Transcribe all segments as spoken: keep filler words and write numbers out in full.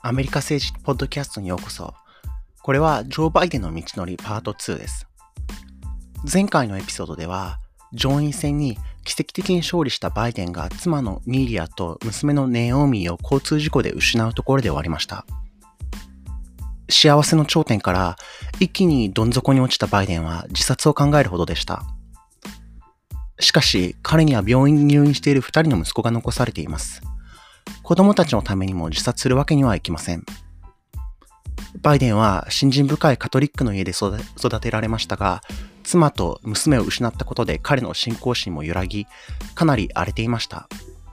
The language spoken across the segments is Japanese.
アメリカ政治ポッドキャストにようこそ。これはジョー・バイデンの道のりパートツーです。前回のエピソードでは、上院選に奇跡的に勝利したバイデンが妻のミリアと娘のネオミーを交通事故で失うところで終わりました。幸せの頂点から一気にどん底に落ちたバイデンは自殺を考えるほどでした。しかし彼には病院に入院しているふたりの息子が残されています。子供たちのためにも自殺するわけにはいきません。バイデンは信心深いカトリックの家で育てられましたが、妻と娘を失ったことで彼の信仰心も揺らぎ、かなり荒れていました。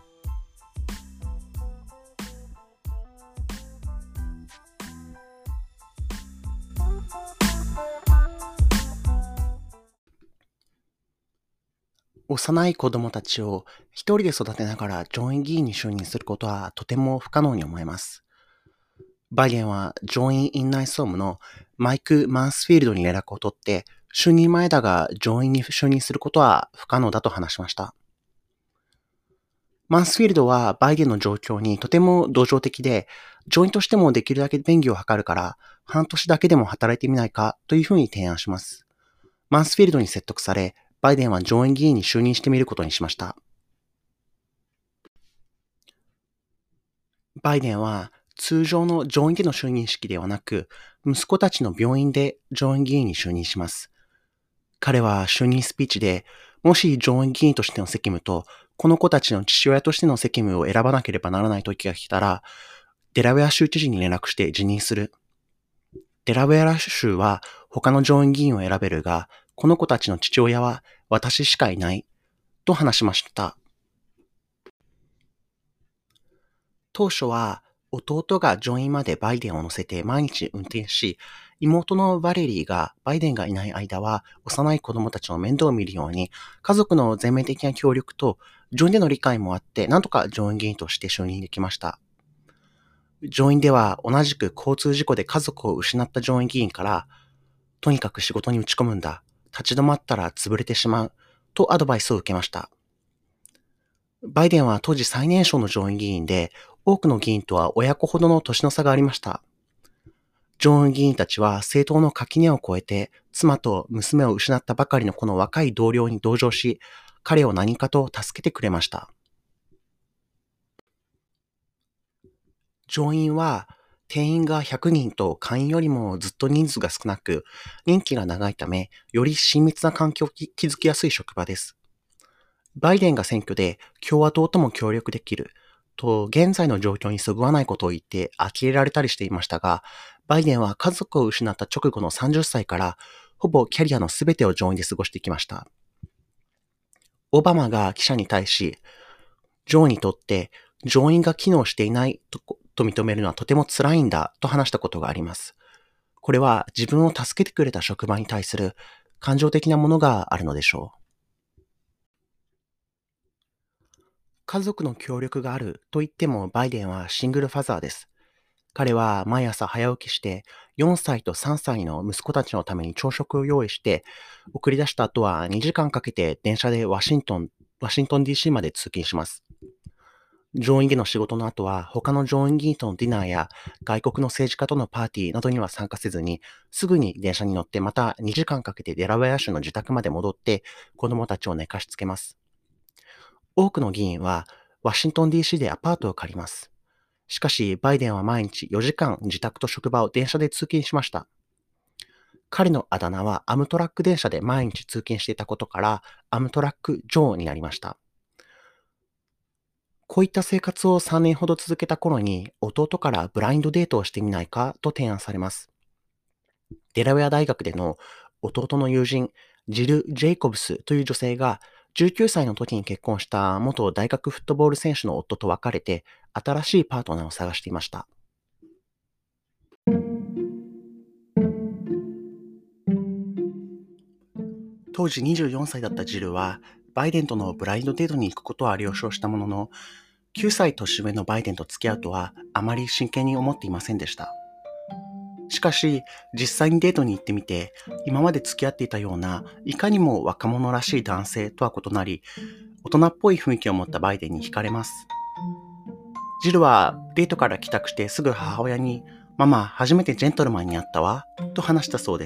幼い子供たちを一人で育てながら上院議員に就任することはとても不可能に思えます。バイデンは上院院内総務のマイク・マンスフィールドに連絡を取って、就任前だが上院に就任することは不可能だと話しました。マンスフィールドはバイデンの状況にとても同情的で、上院としてもできるだけ便宜を図るから半年だけでも働いてみないかというふうに提案します。マンスフィールドに説得され、バイデンは上院議員に就任してみることにしました。バイデンは通常の上院での就任式ではなく、息子たちの病院で上院議員に就任します。彼は就任スピーチで、もし上院議員としての責務と、この子たちの父親としての責務を選ばなければならない時が来たら、デラウェア州知事に連絡して辞任する。デラウェア州は他の上院議員を選べるが、この子たちの父親は私しかいない、と話しました。当初は弟が上院までバイデンを乗せて毎日運転し、妹のバレリーがバイデンがいない間は幼い子供たちの面倒を見るように、家族の全面的な協力と上院での理解もあって、なんとか上院議員として就任できました。上院では同じく交通事故で家族を失った上院議員から、とにかく仕事に打ち込むんだ。立ち止まったら潰れてしまう。とアドバイスを受けました。バイデンは当時最年少の上院議員で、多くの議員とは親子ほどの年の差がありました。上院議員たちは政党の垣根を越えて、妻と娘を失ったばかりのこの若い同僚に同情し、彼を何かと助けてくれました。上院は定員がひゃくにんと下院よりもずっと人数が少なく、任期が長いため、より親密な環境を築きやすい職場です。バイデンが選挙で共和党とも協力できると現在の状況にそぐわないことを言って呆れられたりしていましたが、バイデンは家族を失った直後のさんじゅっさいからほぼキャリアのすべてを上院で過ごしてきました。オバマが記者に対し、ジョーにとって上院が機能していないとと認めるのはとても辛いんだと話したことがあります。これは自分を助けてくれた職場に対する感情的なものがあるのでしょう。家族の協力があると言ってもバイデンはシングルファザーです。彼は毎朝早起きしてよんさいとさんさいの息子たちのために朝食を用意して送り出した後はにじかんかけて電車でワシントン、ワシントン ディーシー まで通勤します。上院での仕事の後は他の上院議員とのディナーや外国の政治家とのパーティーなどには参加せずにすぐに電車に乗ってまたにじかんかけてデラウェア州の自宅まで戻って子供たちを寝かしつけます。多くの議員はワシントン ディーシー でアパートを借ります。しかしバイデンは毎日よじかん自宅と職場を電車で通勤しました。彼のあだ名はアムトラック電車で毎日通勤していたことからアムトラック・ジョーになりました。こういった生活をさんねんほど続けた頃に、弟からブラインドデートをしてみないかと提案されます。デラウェア大学での弟の友人、ジル・ジェイコブスという女性が、じゅうきゅうさいの時に結婚した元大学フットボール選手の夫と別れて、新しいパートナーを探していました。当時にじゅうよんさいだったジルは、バイデンとのブラインドデートに行くことは了承したものの、きゅうさい年上のバイデンと付き合うとはあまり真剣に思っていませんでした。しかし、実際にデートに行ってみて、今まで付き合っていたような、いかにも若者らしい男性とは異なり、大人っぽい雰囲気を持ったバイデンに惹かれます。 ジルはデートから帰宅してすぐ母親に、ママ、初めてジェントルマンに会ったわ、と話したそうです。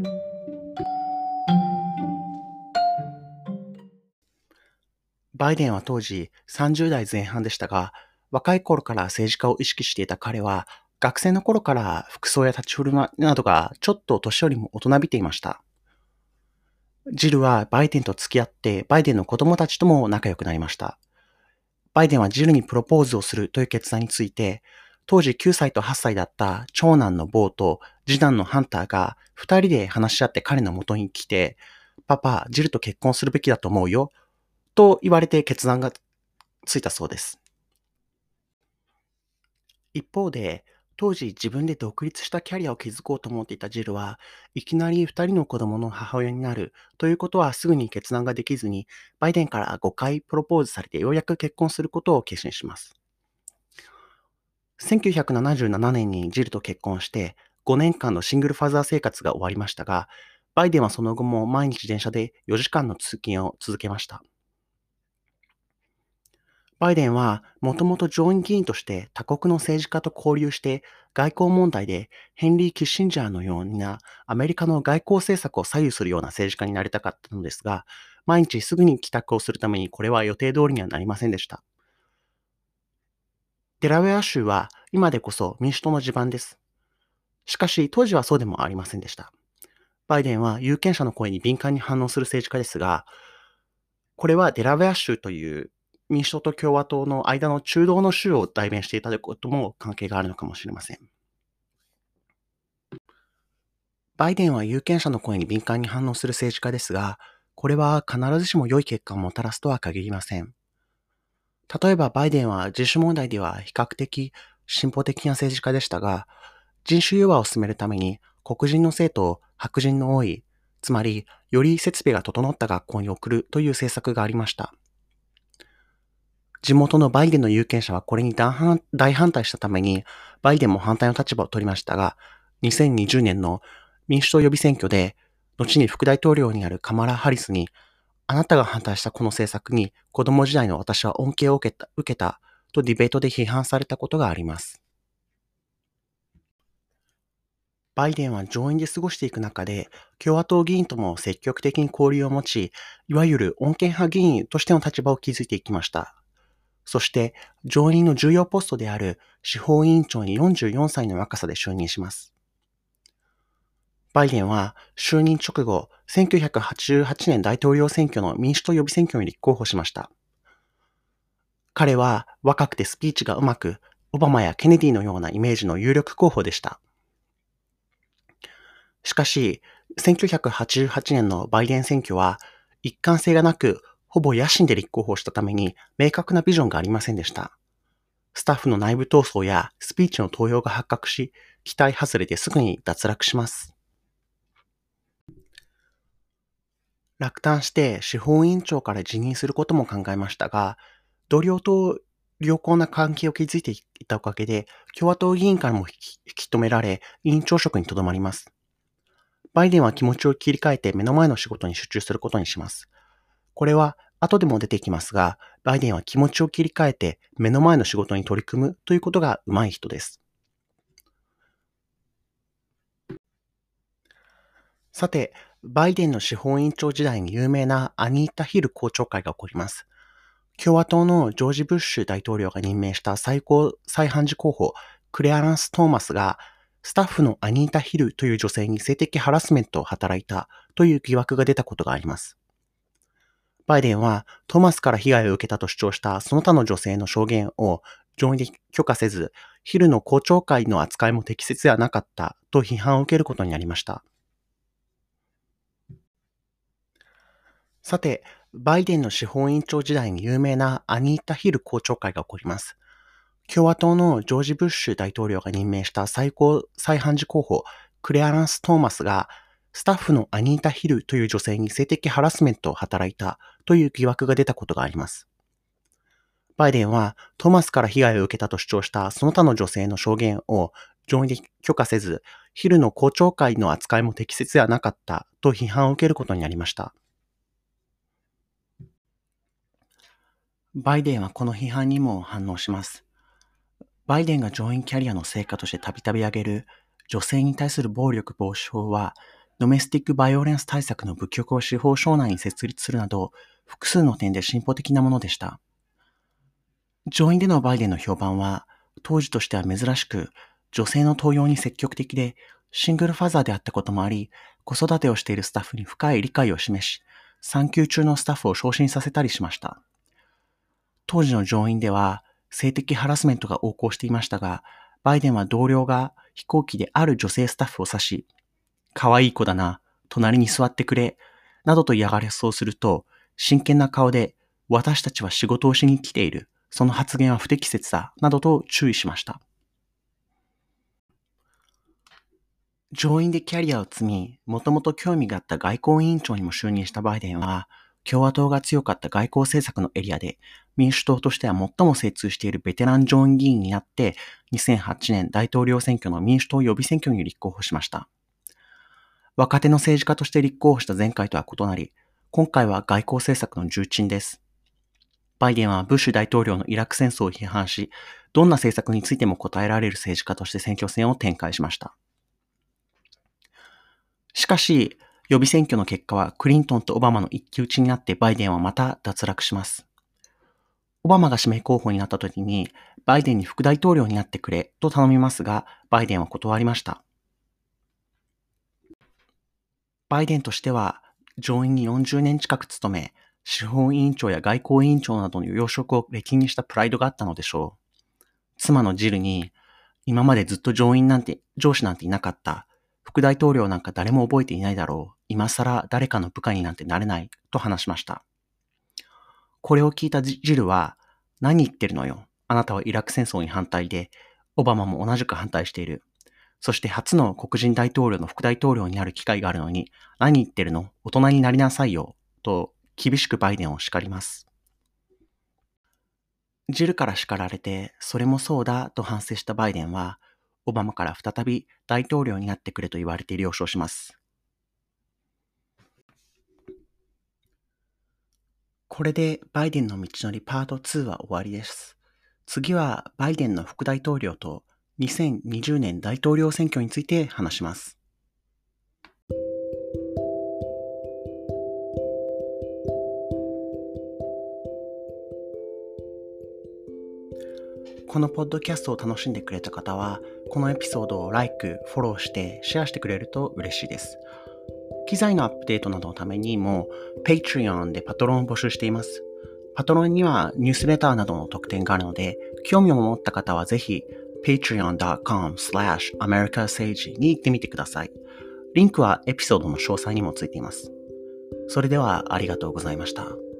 バイデンは当時さんじゅう代前半でしたが、若い頃から政治家を意識していた彼は、学生の頃から服装や立ち振る舞いなどがちょっと年寄りも大人びていました。ジルはバイデンと付き合って、バイデンの子供たちとも仲良くなりました。バイデンはジルにプロポーズをするという決断について、当時きゅうさいとはっさいだった長男のボーと次男のハンターがふたりで話し合って彼の元に来て、パパ、ジルと結婚するべきだと思うよ、と言われて決断がついたそうです。一方で、当時自分で独立したキャリアを築こうと思っていたジルは、いきなりふたりの子供の母親になるということはすぐに決断ができずに、バイデンからごかいプロポーズされてようやく結婚することを決心します。せんきゅうひゃくななじゅうななねんにジルと結婚して、ごねんかんのシングルファザー生活が終わりましたが、バイデンはその後も毎日電車でよじかんの通勤を続けました。バイデンはもともと上院議員として他国の政治家と交流して外交問題でヘンリー・キッシンジャーのようなアメリカの外交政策を左右するような政治家になりたかったのですが、毎日すぐに帰宅をするためにこれは予定通りにはなりませんでした。デラウェア州は今でこそ民主党の地盤です。しかし当時はそうでもありませんでした。バイデンは有権者の声に敏感に反応する政治家ですが、これはデラウェア州という民主党と共和党の間の中道の州を代弁していたことも関係があるのかもしれません。バイデンは有権者の声に敏感に反応する政治家ですが、これは必ずしも良い結果をもたらすとは限りません。例えばバイデンは人種問題では比較的進歩的な政治家でしたが、人種融和を進めるために黒人の生徒を白人の多い、つまりより設備が整った学校に送るという政策がありました。地元のバイデンの有権者はこれに大反大反対したために、バイデンも反対の立場を取りましたが、にせんにじゅうねんの民主党予備選挙で、後に副大統領になるカマラ・ハリスに、あなたが反対したこの政策に子供時代の私は恩恵を受けた、受けたとディベートで批判されたことがあります。バイデンは上院で過ごしていく中で、共和党議員とも積極的に交流を持ち、いわゆる穏健派議員としての立場を築いていきました。そして、上院の重要ポストである司法委員長によんじゅうよんさいの若さで就任します。バイデンは就任直後、せんきゅうひゃくはちじゅうはちねん大統領選挙の民主党予備選挙に立候補しました。彼は若くてスピーチがうまく、オバマやケネディのようなイメージの有力候補でした。しかし、せんきゅうひゃくはちじゅうはちねんのバイデン選挙は、一貫性がなく、ほぼ野心で立候補したために、明確なビジョンがありませんでした。スタッフの内部闘争やスピーチの盗用が発覚し、期待外れですぐに脱落します。落胆して司法委員長から辞任することも考えましたが、同僚と良好な関係を築いていたおかげで、共和党議員からも引き引き止められ、委員長職にとどまります。バイデンは気持ちを切り替えて目の前の仕事に集中することにします。これは後でも出てきますが、バイデンは気持ちを切り替えて目の前の仕事に取り組むということが上手い人です。さて、バイデンの司法委員長時代に有名なアニータ・ヒル公聴会が起こります。共和党のジョージ・ブッシュ大統領が任命した最高裁判事候補、クレアランス・トーマスが、スタッフのアニータ・ヒルという女性に性的ハラスメントを働いたという疑惑が出たことがあります。バイデンはトーマスから被害を受けたと主張したその他の女性の証言を上院で許可せず、ヒルの公聴会の扱いも適切ではなかったと批判を受けることになりました。さて、バイデンの司法委員長時代に有名なアニータ・ヒル公聴会が起こります。共和党のジョージ・ブッシュ大統領が任命した最高裁判事候補、クレアランス・トーマスが、スタッフのアニータ・ヒルという女性に性的ハラスメントを働いたという疑惑が出たことがあります。バイデンはトーマスから被害を受けたと主張したその他の女性の証言を上院で許可せず、ヒルの公聴会の扱いも適切ではなかったと批判を受けることになりました。バイデンはこの批判にも反応します。 バイデンが上院キャリアの成果としてたびたび挙げる女性に対する暴力防止法は、ドメスティックバイオレンス対策の部局を司法省内に設立するなど、複数の点で進歩的なものでした。上院でのバイデンの評判は、当時としては珍しく、女性の登用に積極的で、シングルファザーであったこともあり、子育てをしているスタッフに深い理解を示し、産休中のスタッフを昇進させたりしました。当時の上院では、性的ハラスメントが横行していましたが、バイデンは同僚が飛行機である女性スタッフを指し、可愛い子だな、隣に座ってくれ、などと嫌がらせをすると、真剣な顔で、私たちは仕事をしに来ている。その発言は不適切だ、などと注意しました。上院でキャリアを積み、もともと興味があった外交委員長にも就任したバイデンは、共和党が強かった外交政策のエリアで、民主党としては最も精通しているベテラン上院議員になって、にせんはちねん大統領選挙の民主党予備選挙に立候補しました。若手の政治家として立候補した前回とは異なり、今回は外交政策の重鎮です。バイデンはブッシュ大統領のイラク戦争を批判し、どんな政策についても答えられる政治家として選挙戦を展開しました。しかし、予備選挙の結果はクリントンとオバマの一騎打ちになってバイデンはまた脱落します。オバマが指名候補になった時に、バイデンに副大統領になってくれと頼みますが、バイデンは断りました。バイデンとしては、上院によんじゅうねん近く務め、司法委員長や外交委員長などの要職を歴任したプライドがあったのでしょう。妻のジルに、今までずっと上院なんて、上司なんていなかった。副大統領なんか誰も覚えていないだろう。今更誰かの部下になんてなれない。と話しました。これを聞いたジルは、何言ってるのよ。あなたはイラク戦争に反対で、オバマも同じく反対している。そして初の黒人大統領の副大統領になる機会があるのに、何言ってるの？大人になりなさいよ。と厳しくバイデンを叱ります。ジルから叱られて、それもそうだと反省したバイデンは、オバマから再び大統領になってくれと言われて了承します。これでバイデンの道のりパートツーは終わりです。次はバイデンの副大統領とにせんにじゅうねん大統領選挙について話します。このポッドキャストを楽しんでくれた方は、このエピソードを Like、フォローしてシェアしてくれると嬉しいです。機材のアップデートなどのためにも Patreon でパトロンを募集しています。パトロンにはニュースレターなどの特典があるので、興味を持った方はぜひ ペイトリオンドットコムスラッシュアメリカセージ に行ってみてください。リンクはエピソードの詳細にもついています。それではありがとうございました。